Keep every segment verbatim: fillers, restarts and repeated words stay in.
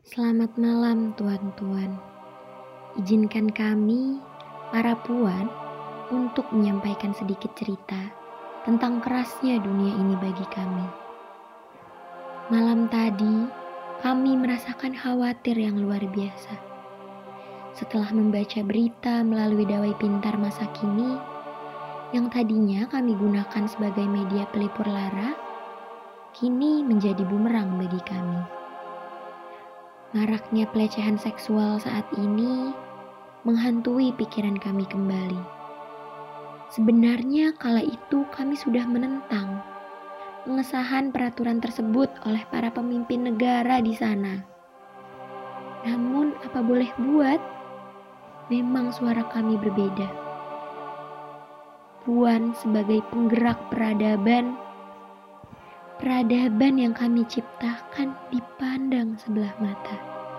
Selamat malam, tuan-tuan. Izinkan kami, para puan, untuk menyampaikan sedikit cerita tentang kerasnya dunia ini bagi kami. Malam tadi, kami merasakan khawatir yang luar biasa. Setelah membaca berita melalui dawai pintar masa kini, yang tadinya kami gunakan sebagai media pelipur lara, kini menjadi bumerang bagi kami. Maraknya pelecehan seksual saat ini menghantui pikiran kami kembali. Sebenarnya kala itu kami sudah menentang pengesahan peraturan tersebut oleh para pemimpin negara di sana. Namun apa boleh buat, memang suara kami berbeda. Puan sebagai penggerak peradaban, peradaban yang kami ciptakan dipandang sebelah mata.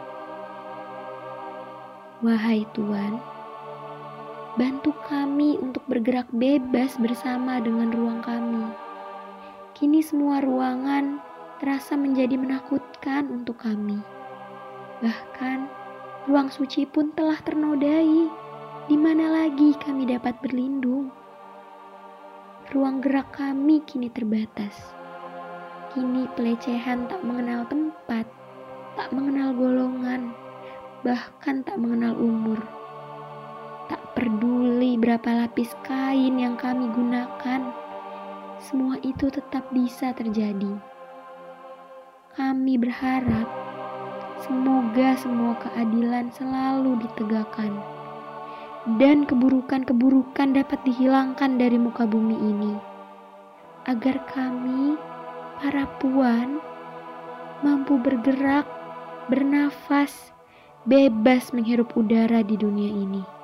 Wahai Tuan, bantu kami untuk bergerak bebas bersama dengan ruang kami. Kini semua ruangan terasa menjadi menakutkan untuk kami. Bahkan, ruang suci pun telah ternodai. Di mana lagi kami dapat berlindung? Ruang gerak kami kini terbatas. Kini pelecehan tak mengenal tempat, tak mengenal golongan, bahkan tak mengenal umur. Tak peduli berapa lapis kain yang kami gunakan, semua itu tetap bisa terjadi. Kami berharap semoga semua keadilan selalu ditegakkan dan keburukan-keburukan dapat dihilangkan dari muka bumi ini, agar kami, para puan, mampu bergerak, bernafas, bebas menghirup udara di dunia ini.